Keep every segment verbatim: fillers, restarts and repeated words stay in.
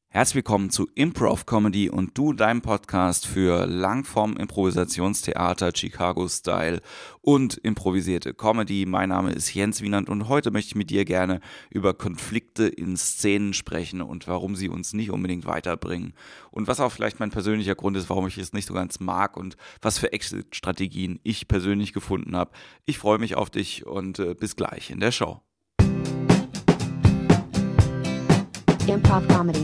Herzlich willkommen zu Improv Comedy und du, deinem Podcast für Langform-Improvisationstheater, Chicago-Style und improvisierte Comedy. Mein Name ist Jens Wienand und heute möchte ich mit dir gerne über Konflikte in Szenen sprechen und warum sie uns nicht unbedingt weiterbringen. Und was auch vielleicht mein persönlicher Grund ist, warum ich es nicht so ganz mag und was für Exit-Strategien ich persönlich gefunden habe. Ich freue mich auf dich und äh, bis gleich in der Show. Improv Comedy.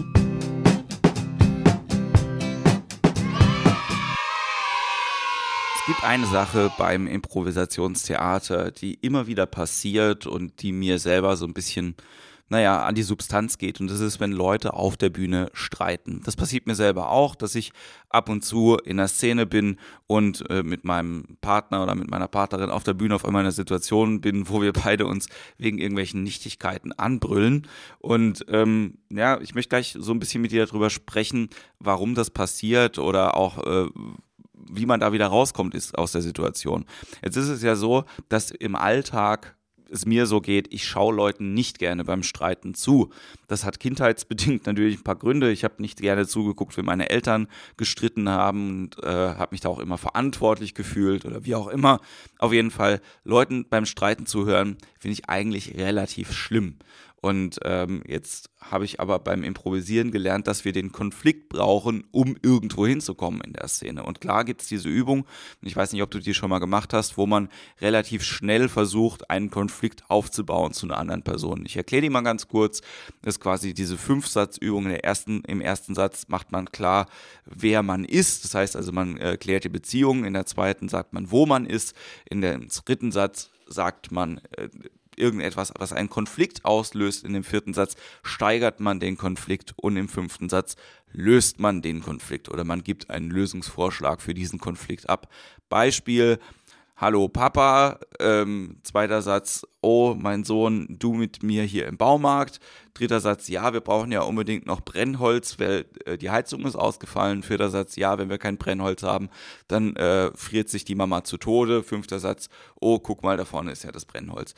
Es gibt eine Sache beim Improvisationstheater, die immer wieder passiert und die mir selber so ein bisschen, naja, an die Substanz geht. Und das ist, wenn Leute auf der Bühne streiten. Das passiert mir selber auch, dass ich ab und zu in der Szene bin und äh, mit meinem Partner oder mit meiner Partnerin auf der Bühne auf einmal in einer Situation bin, wo wir beide uns wegen irgendwelchen Nichtigkeiten anbrüllen. Und ähm, ja, ich möchte gleich so ein bisschen mit dir darüber sprechen, warum das passiert oder auch äh, wie man da wieder rauskommt ist aus der Situation. Jetzt ist es ja so, dass im Alltag es mir so geht, ich schaue Leuten nicht gerne beim Streiten zu. Das hat kindheitsbedingt natürlich ein paar Gründe. Ich habe nicht gerne zugeguckt, wenn meine Eltern gestritten haben und äh, habe mich da auch immer verantwortlich gefühlt oder wie auch immer. Auf jeden Fall, Leuten beim Streiten zuhören, finde ich eigentlich relativ schlimm. Und ähm, jetzt habe ich aber beim Improvisieren gelernt, dass wir den Konflikt brauchen, um irgendwo hinzukommen in der Szene. Und klar gibt es diese Übung, und ich weiß nicht, ob du die schon mal gemacht hast, wo man relativ schnell versucht, einen Konflikt aufzubauen zu einer anderen Person. Ich erkläre die mal ganz kurz. Das ist quasi diese Fünf-Satz-Übung. In der ersten, im ersten Satz macht man klar, wer man ist. Das heißt also, man äh, klärt die Beziehung. In der zweiten sagt man, wo man ist. In dem dritten Satz sagt man äh, irgendetwas, was einen Konflikt auslöst. In dem vierten Satz steigert man den Konflikt und im fünften Satz löst man den Konflikt oder man gibt einen Lösungsvorschlag für diesen Konflikt ab. Beispiel: Hallo Papa, ähm, zweiter Satz, oh mein Sohn, du mit mir hier im Baumarkt. Dritter Satz, ja, wir brauchen ja unbedingt noch Brennholz, weil äh, die Heizung ist ausgefallen. Vierter Satz, ja, wenn wir kein Brennholz haben, dann äh, friert sich die Mama zu Tode. Fünfter Satz, oh, guck mal, da vorne ist ja das Brennholz.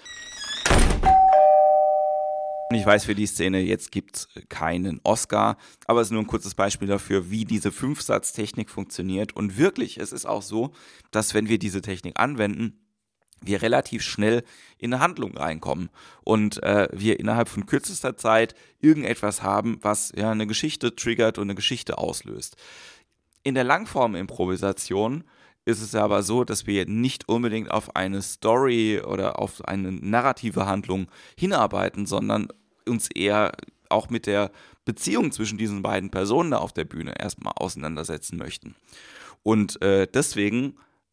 Ich weiß, für die Szene jetzt gibt es keinen Oscar, aber es ist nur ein kurzes Beispiel dafür, wie diese Fünf-Satz-Technik funktioniert. Und wirklich, es ist auch so, dass wenn wir diese Technik anwenden, wir relativ schnell in eine Handlung reinkommen und äh, wir innerhalb von kürzester Zeit irgendetwas haben, was ja eine Geschichte triggert und eine Geschichte auslöst. In der Langform-Improvisation ist es aber so, dass wir nicht unbedingt auf eine Story oder auf eine narrative Handlung hinarbeiten, sondern uns eher auch mit der Beziehung zwischen diesen beiden Personen da auf der Bühne erstmal auseinandersetzen möchten. Und äh, deswegen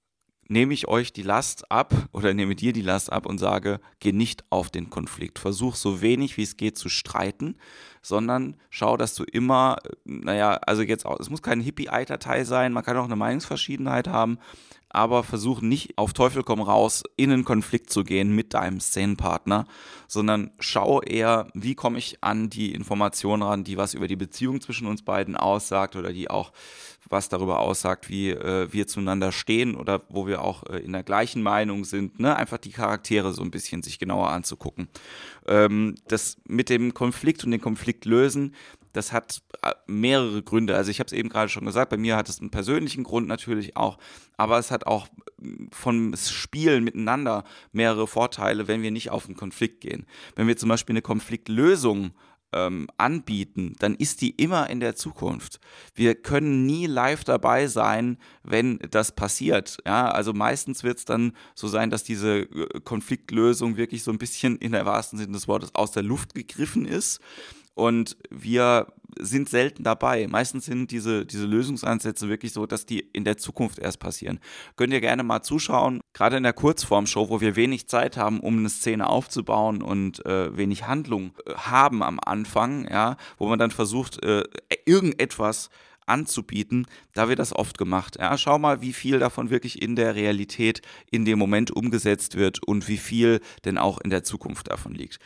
nehme ich euch die Last ab oder nehme dir die Last ab und sage, geh nicht auf den Konflikt. Versuch so wenig wie es geht zu streiten, sondern schau, dass du immer, naja, also jetzt auch, es muss kein Hippie-Ei-Datei sein, man kann auch eine Meinungsverschiedenheit haben, aber versuch nicht auf Teufel komm raus in einen Konflikt zu gehen mit deinem Szenenpartner, sondern schau eher, wie komme ich an die Information ran, die was über die Beziehung zwischen uns beiden aussagt oder die auch was darüber aussagt, wie äh, wir zueinander stehen oder wo wir auch äh, in der gleichen Meinung sind, ne? Einfach die Charaktere so ein bisschen sich genauer anzugucken. Ähm, das mit dem Konflikt und den Konflikt lösen, das hat mehrere Gründe. Also ich habe es eben gerade schon gesagt, bei mir hat es einen persönlichen Grund natürlich auch, aber es hat auch vom Spielen miteinander mehrere Vorteile, wenn wir nicht auf einen Konflikt gehen. Wenn wir zum Beispiel eine Konfliktlösung ähm, anbieten, dann ist die immer in der Zukunft. Wir können nie live dabei sein, wenn das passiert. Ja, also meistens wird es dann so sein, dass diese äh, Konfliktlösung wirklich so ein bisschen in der wahrsten Sinne des Wortes aus der Luft gegriffen ist. Und wir sind selten dabei. Meistens sind diese, diese Lösungsansätze wirklich so, dass die in der Zukunft erst passieren. Könnt ihr gerne mal zuschauen, gerade in der Kurzform-Show, wo wir wenig Zeit haben, um eine Szene aufzubauen und äh, wenig Handlung äh, haben am Anfang, ja, wo man dann versucht, äh, irgendetwas anzubieten, da wird das oft gemacht. Ja, schau mal, wie viel davon wirklich in der Realität in dem Moment umgesetzt wird und wie viel denn auch in der Zukunft davon liegt.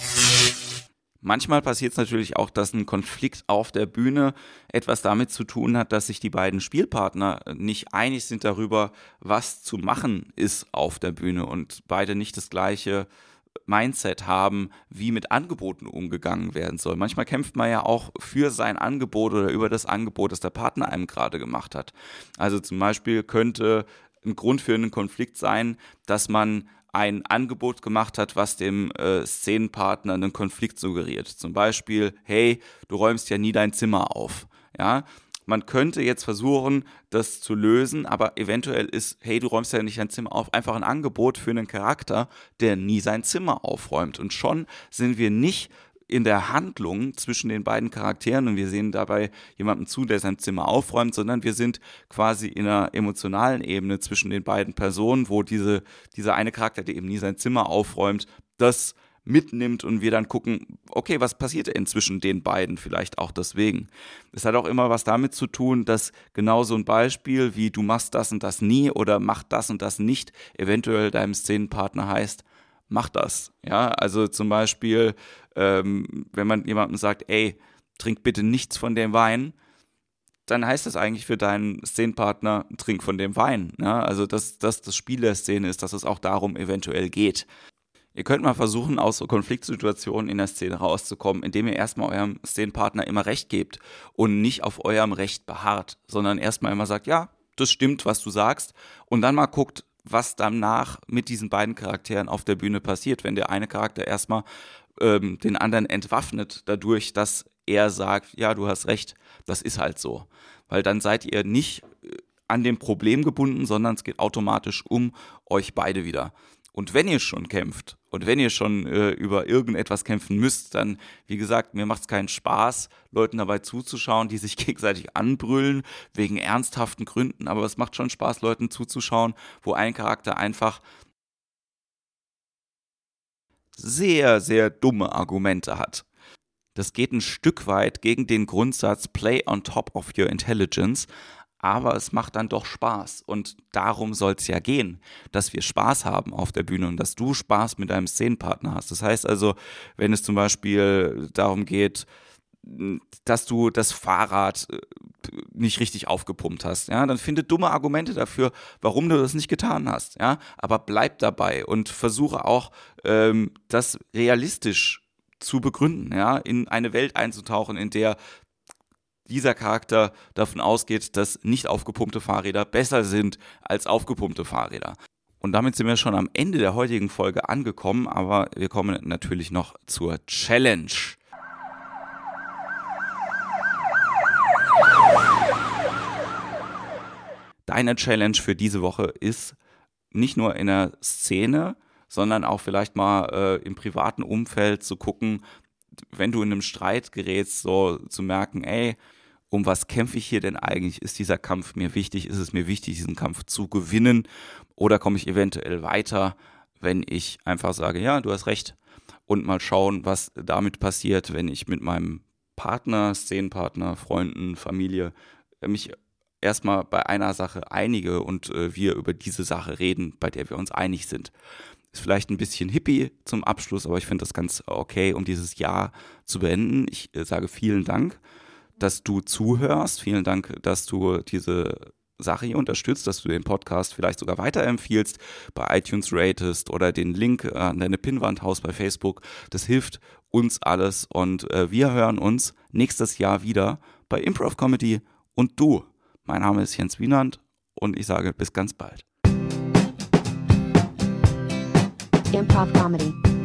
Manchmal passiert es natürlich auch, dass ein Konflikt auf der Bühne etwas damit zu tun hat, dass sich die beiden Spielpartner nicht einig sind darüber, was zu machen ist auf der Bühne und beide nicht das gleiche Mindset haben, wie mit Angeboten umgegangen werden soll. Manchmal kämpft man ja auch für sein Angebot oder über das Angebot, das der Partner einem gerade gemacht hat. Also zum Beispiel könnte ein Grund für einen Konflikt sein, dass man ein Angebot gemacht hat, was dem äh, Szenenpartner einen Konflikt suggeriert. Zum Beispiel, hey, du räumst ja nie dein Zimmer auf. Ja, man könnte jetzt versuchen, das zu lösen, aber eventuell ist, hey, du räumst ja nicht dein Zimmer auf, einfach ein Angebot für einen Charakter, der nie sein Zimmer aufräumt. Und schon sind wir nicht in der Handlung zwischen den beiden Charakteren und wir sehen dabei jemandem zu, der sein Zimmer aufräumt, sondern wir sind quasi in einer emotionalen Ebene zwischen den beiden Personen, wo diese, dieser eine Charakter, der eben nie sein Zimmer aufräumt, das mitnimmt und wir dann gucken, okay, was passiert denn zwischen den beiden, vielleicht auch deswegen. Es hat auch immer was damit zu tun, dass genau so ein Beispiel wie du machst das und das nie oder mach das und das nicht, eventuell deinem Szenenpartner heißt, mach das. Ja, also zum Beispiel, ähm, wenn man jemandem sagt, ey, trink bitte nichts von dem Wein, dann heißt das eigentlich für deinen Szenenpartner, trink von dem Wein. Ja, also dass das das Spiel der Szene ist, dass es auch darum eventuell geht. Ihr könnt mal versuchen, aus so Konfliktsituationen in der Szene rauszukommen, indem ihr erstmal eurem Szenenpartner immer Recht gebt und nicht auf eurem Recht beharrt, sondern erstmal immer sagt, ja, das stimmt, was du sagst, und dann mal guckt, was danach mit diesen beiden Charakteren auf der Bühne passiert, wenn der eine Charakter erstmal ähm, den anderen entwaffnet, dadurch, dass er sagt, ja, du hast recht, das ist halt so. Weil dann seid ihr nicht an dem Problem gebunden, sondern es geht automatisch um euch beide wieder. Und wenn ihr schon kämpft und wenn ihr schon äh, über irgendetwas kämpfen müsst, dann, wie gesagt, mir macht es keinen Spaß, Leuten dabei zuzuschauen, die sich gegenseitig anbrüllen, wegen ernsthaften Gründen, aber es macht schon Spaß, Leuten zuzuschauen, wo ein Charakter einfach sehr, sehr dumme Argumente hat. Das geht ein Stück weit gegen den Grundsatz Play on top of your intelligence, aber es macht dann doch Spaß und darum soll es ja gehen, dass wir Spaß haben auf der Bühne und dass du Spaß mit deinem Szenenpartner hast. Das heißt also, wenn es zum Beispiel darum geht, dass du das Fahrrad nicht richtig aufgepumpt hast, ja, dann finde dumme Argumente dafür, warum du das nicht getan hast, ja, aber bleib dabei und versuche auch, ähm, das realistisch zu begründen, ja, in eine Welt einzutauchen, in der dieser Charakter davon ausgeht, dass nicht aufgepumpte Fahrräder besser sind als aufgepumpte Fahrräder. Und damit sind wir schon am Ende der heutigen Folge angekommen, aber wir kommen natürlich noch zur Challenge. Deine Challenge für diese Woche ist, nicht nur in der Szene, sondern auch vielleicht mal äh, im privaten Umfeld zu gucken, wenn du in einem Streit gerätst, so zu merken, ey, um was kämpfe ich hier denn eigentlich? Ist dieser Kampf mir wichtig? Ist es mir wichtig, diesen Kampf zu gewinnen? Oder komme ich eventuell weiter, wenn ich einfach sage, ja, du hast recht, und mal schauen, was damit passiert, wenn ich mit meinem Partner, Szenenpartner, Freunden, Familie mich erstmal bei einer Sache einige und äh, wir über diese Sache reden, bei der wir uns einig sind. Ist vielleicht ein bisschen hippie zum Abschluss, aber ich finde das ganz okay, um dieses Jahr zu beenden. Ich äh, sage vielen Dank, dass du zuhörst. Vielen Dank, dass du diese Sache hier unterstützt, dass du den Podcast vielleicht sogar weiterempfiehlst, bei iTunes ratest oder den Link an deine Pinnwand haust bei Facebook. Das hilft uns alles und äh, wir hören uns nächstes Jahr wieder bei Improv Comedy und du. Mein Name ist Jens Wienand und ich sage bis ganz bald. Improv Comedy.